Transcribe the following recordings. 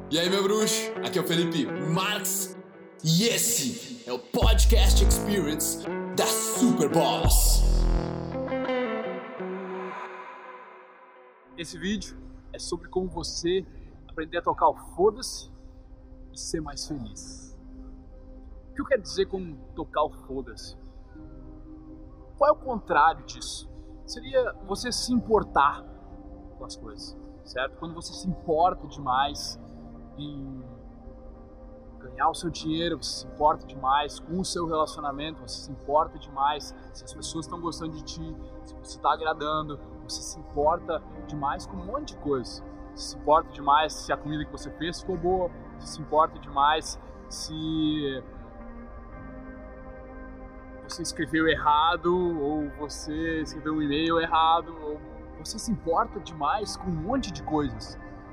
E aí, meu bruxo? Aqui é o Felipe Marques e esse é o Podcast Experience da Superboss. Esse vídeo é sobre como você aprender a tocar o foda-se e ser mais feliz. O que eu quero dizer com tocar o foda-se? Qual é o contrário disso? Seria você se importar com as coisas, certo? Quando você se importa demais em ganhar o seu dinheiro, você se importa demais com o seu relacionamento, você se importa demais se as pessoas estão gostando de ti, se você está agradando, você se importa demais com um monte de coisa. Você se importa demais se a comida que você fez ficou boa, você se importa demais se você escreveu errado ou você escreveu um e-mail errado, ou você se importa demais com um monte de coisas.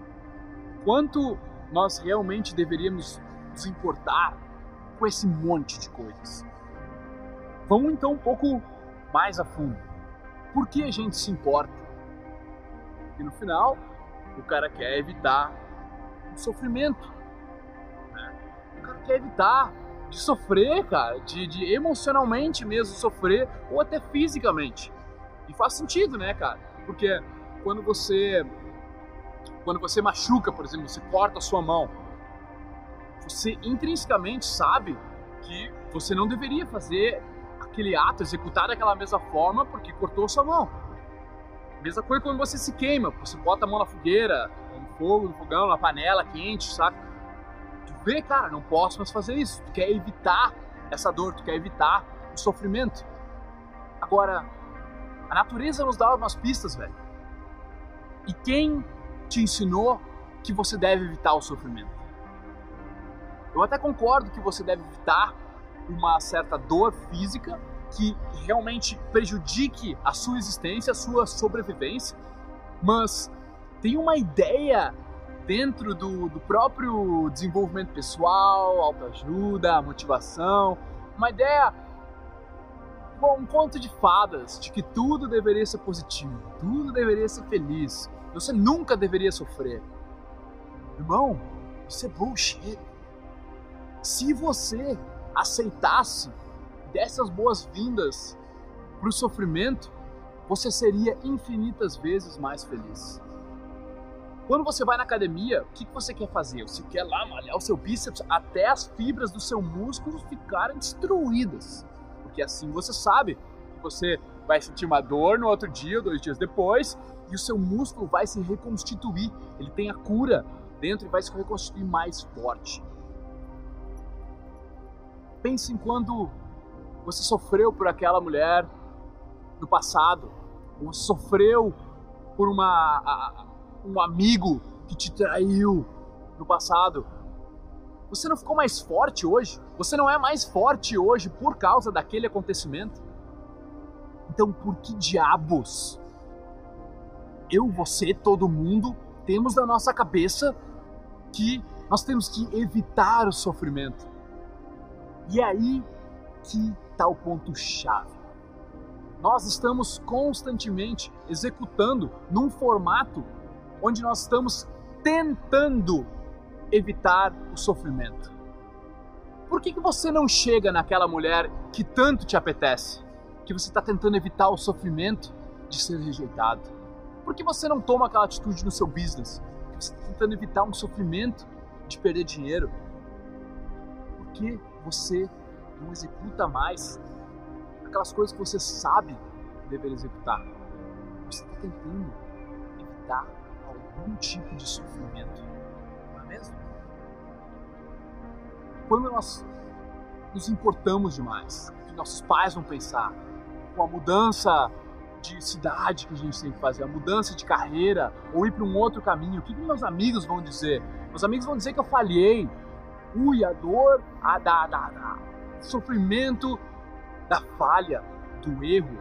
Quanto nós realmente deveríamos nos importar com esse monte de coisas? Vamos então um pouco mais a fundo. Por que a gente se importa? Porque no final, o cara quer evitar o sofrimento, né? O cara quer evitar de sofrer, cara, de emocionalmente mesmo sofrer, ou até fisicamente. E faz sentido, né, cara? Porque quando você machuca, por exemplo, você corta a sua mão, você intrinsecamente sabe que você não deveria fazer aquele ato, executar daquela mesma forma porque cortou a sua mão. Mesma coisa quando você se queima, você bota a mão na fogueira, no fogo, no fogão, na panela quente, sabe? Tu vê, cara, não posso mais fazer isso. Tu quer evitar essa dor, tu quer evitar o sofrimento. Agora, a natureza nos dá umas pistas, velho. E quem te ensinou que você deve evitar o sofrimento? Eu até concordo que você deve evitar uma certa dor física que realmente prejudique a sua existência, a sua sobrevivência, mas tem uma ideia dentro do próprio desenvolvimento pessoal, autoajuda, motivação, uma ideia, um conto de fadas de que tudo deveria ser positivo, tudo deveria ser feliz, você nunca deveria sofrer. Irmão, isso é bullshit. Se você aceitasse, desse as boas-vindas para o sofrimento, você seria infinitas vezes mais feliz. Quando você vai na academia, o que você quer fazer? Você quer lá malhar o seu bíceps até as fibras do seu músculo ficarem destruídas. Porque assim você sabe que você vai sentir uma dor no outro dia, 2 dias depois, e o seu músculo vai se reconstituir. Ele tem a cura dentro e vai se reconstituir mais forte. Pense em quando você sofreu por aquela mulher no passado, ou sofreu por um amigo que te traiu no passado. Você não ficou mais forte hoje? Você não é mais forte hoje por causa daquele acontecimento? Então por que diabos eu, você, todo mundo temos na nossa cabeça que nós temos que evitar o sofrimento? E é aí que está o ponto-chave. Nós estamos constantemente executando num formato onde nós estamos tentando evitar o sofrimento. Por que você não chega naquela mulher que tanto te apetece? Que você está tentando evitar o sofrimento de ser rejeitado? Por que você não toma aquela atitude no seu business? Que você está tentando evitar um sofrimento de perder dinheiro? Por que você não executa mais aquelas coisas que você sabe dever executar? Você está tentando evitar algum tipo de sofrimento, não é mesmo? Quando nós nos importamos demais, o que nossos pais vão pensar, com a mudança de cidade que a gente tem que fazer, a mudança de carreira, ou ir para um outro caminho, o que meus amigos vão dizer? Meus amigos vão dizer que eu falhei. A dor, sofrimento da falha, do erro.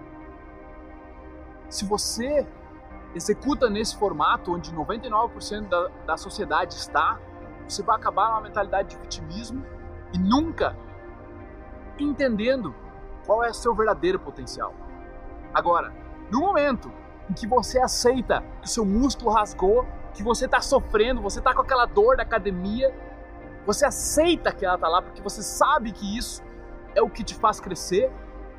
Se você executa nesse formato onde 99% da sociedade está, você vai acabar numa mentalidade de vitimismo e nunca entendendo qual é o seu verdadeiro potencial. Agora, no momento em que você aceita que seu músculo rasgou, que você tá sofrendo, você tá com aquela dor da academia, você aceita que ela tá lá porque você sabe que isso é o que te faz crescer,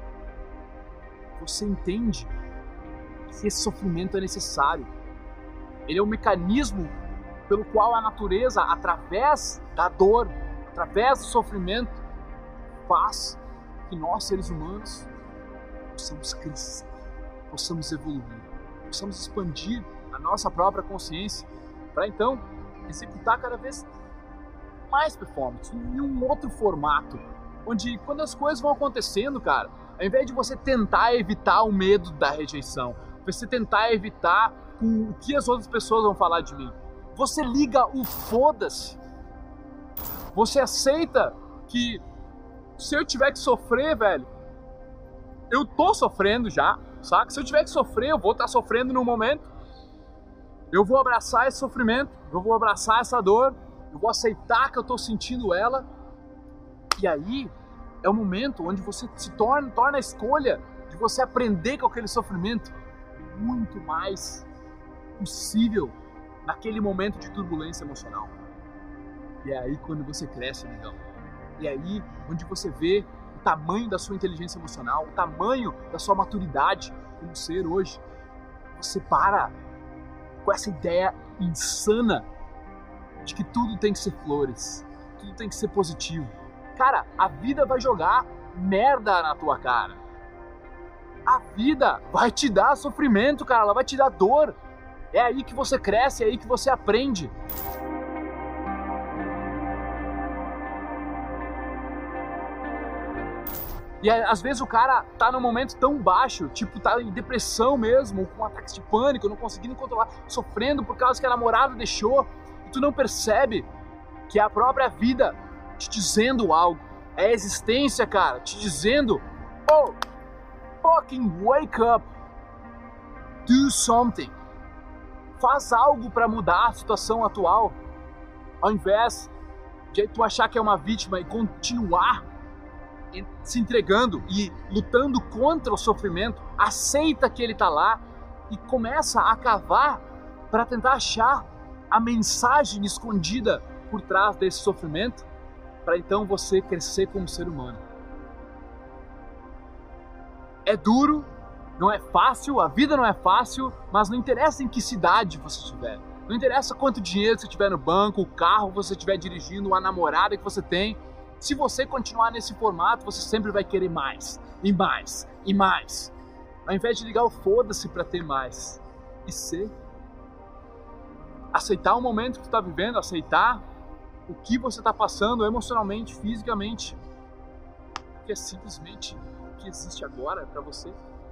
você entende que esse sofrimento é necessário. Ele é um mecanismo pelo qual a natureza, através da dor, através do sofrimento, faz que nós, seres humanos, possamos crescer, possamos evoluir, possamos expandir a nossa própria consciência para então executar cada vez mais performance em um outro formato, onde quando as coisas vão acontecendo, cara, ao invés de você tentar evitar o medo da rejeição, você tentar evitar o que as outras pessoas vão falar de mim, você liga o foda-se. Você aceita que se eu tiver que sofrer, velho, eu tô sofrendo já, saca? Se eu tiver que sofrer, eu vou estar sofrendo no momento. Eu vou abraçar esse sofrimento, eu vou abraçar essa dor, eu vou aceitar que eu tô sentindo ela. E aí é o momento onde você se torna a escolha de você aprender com aquele sofrimento muito mais possível naquele momento de turbulência emocional. E é aí quando você cresce, amigão. E é aí onde você vê o tamanho da sua inteligência emocional, o tamanho da sua maturidade como ser hoje. Você para com essa ideia insana de que tudo tem que ser flores, tudo tem que ser positivo. Cara, a vida vai jogar merda na tua cara. A vida vai te dar sofrimento, cara, ela vai te dar dor. É aí que você cresce, é aí que você aprende. E às vezes o cara tá num momento tão baixo, tipo, tá em depressão mesmo, com ataques de pânico, não conseguindo controlar, sofrendo por causa que a namorada deixou, e tu não percebe que é a própria vida te dizendo algo. É a existência, cara, te dizendo, oh, fucking wake up, do something. Faz algo para mudar a situação atual, ao invés de tu achar que é uma vítima e continuar se entregando e lutando contra o sofrimento. Aceita que ele tá lá e começa a cavar para tentar achar a mensagem escondida por trás desse sofrimento, para então você crescer como ser humano. É duro, não é fácil, a vida não é fácil, mas não interessa em que cidade você estiver, não interessa quanto dinheiro você tiver no banco, o carro você estiver dirigindo, a namorada que você tem. Se você continuar nesse formato, você sempre vai querer mais, e mais, e mais. Ao invés de ligar o foda-se para ter mais. E ser. Aceitar o momento que tu está vivendo, aceitar o que você está passando emocionalmente, fisicamente. Que é simplesmente o que existe agora para você.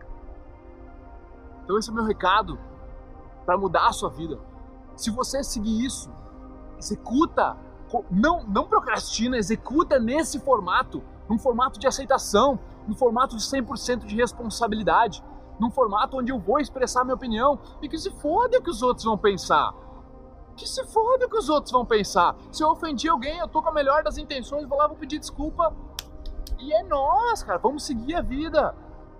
Então esse é o meu recado para mudar a sua vida. Se você seguir isso, executa. Não procrastina, executa nesse formato, num formato de aceitação, num formato de 100% de responsabilidade, num formato onde eu vou expressar minha opinião e que se foda o que os outros vão pensar. Que se foda o que os outros vão pensar. Se eu ofendi alguém, eu tô com a melhor das intenções, vou lá, vou pedir desculpa e é nóis, cara, vamos seguir a vida.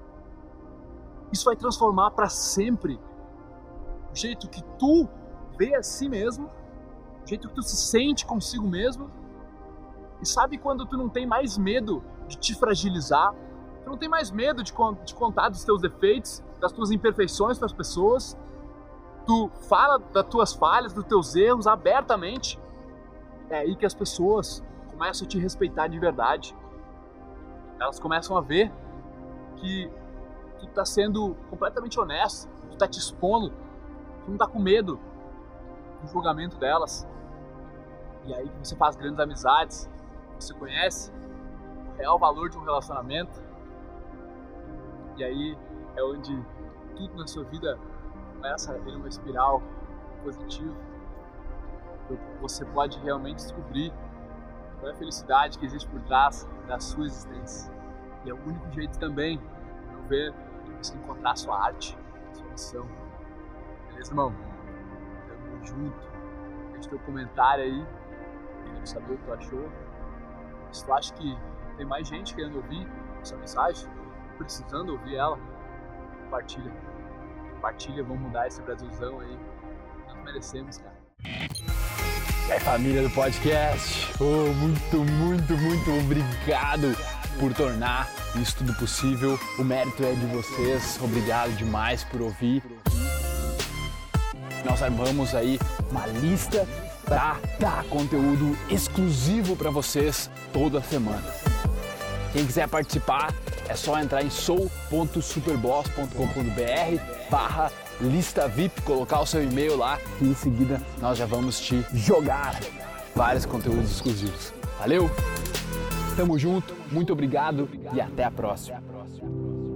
Isso vai transformar para sempre o jeito que tu vê a si mesmo, o jeito que tu se sente consigo mesmo. E sabe quando tu não tem mais medo de te fragilizar, tu não tem mais medo de contar dos teus defeitos, das tuas imperfeições para as pessoas, tu fala das tuas falhas, dos teus erros abertamente, é aí que as pessoas começam a te respeitar de verdade. Elas começam a ver que tu tá sendo completamente honesto, tu tá te expondo, tu não tá com medo do julgamento delas. E aí que você faz grandes amizades, você conhece o real valor de um relacionamento. E aí é onde tudo na sua vida começa a ter uma espiral positiva. Você pode realmente descobrir qual é a felicidade que existe por trás da sua existência. E é o único jeito também, a meu ver, de você encontrar a sua arte, a sua missão. Beleza, irmão? Tamo junto. Deixa teu comentário aí. Quero saber o que tu achou. Se tu acha que tem mais gente querendo ouvir essa mensagem, precisando ouvir ela, compartilha. Compartilha, vamos mudar esse Brasilzão aí. Nós merecemos, cara. É família do podcast, muito obrigado por tornar isso tudo possível. O mérito é de vocês, obrigado demais por ouvir. Nós armamos aí uma lista para dar conteúdo exclusivo para vocês toda semana. Quem quiser participar é só entrar em sou.superboss.com.br/lista VIP, colocar o seu e-mail lá e em seguida nós já vamos te jogar vários conteúdos exclusivos. Valeu? Tamo junto, muito obrigado e até a próxima.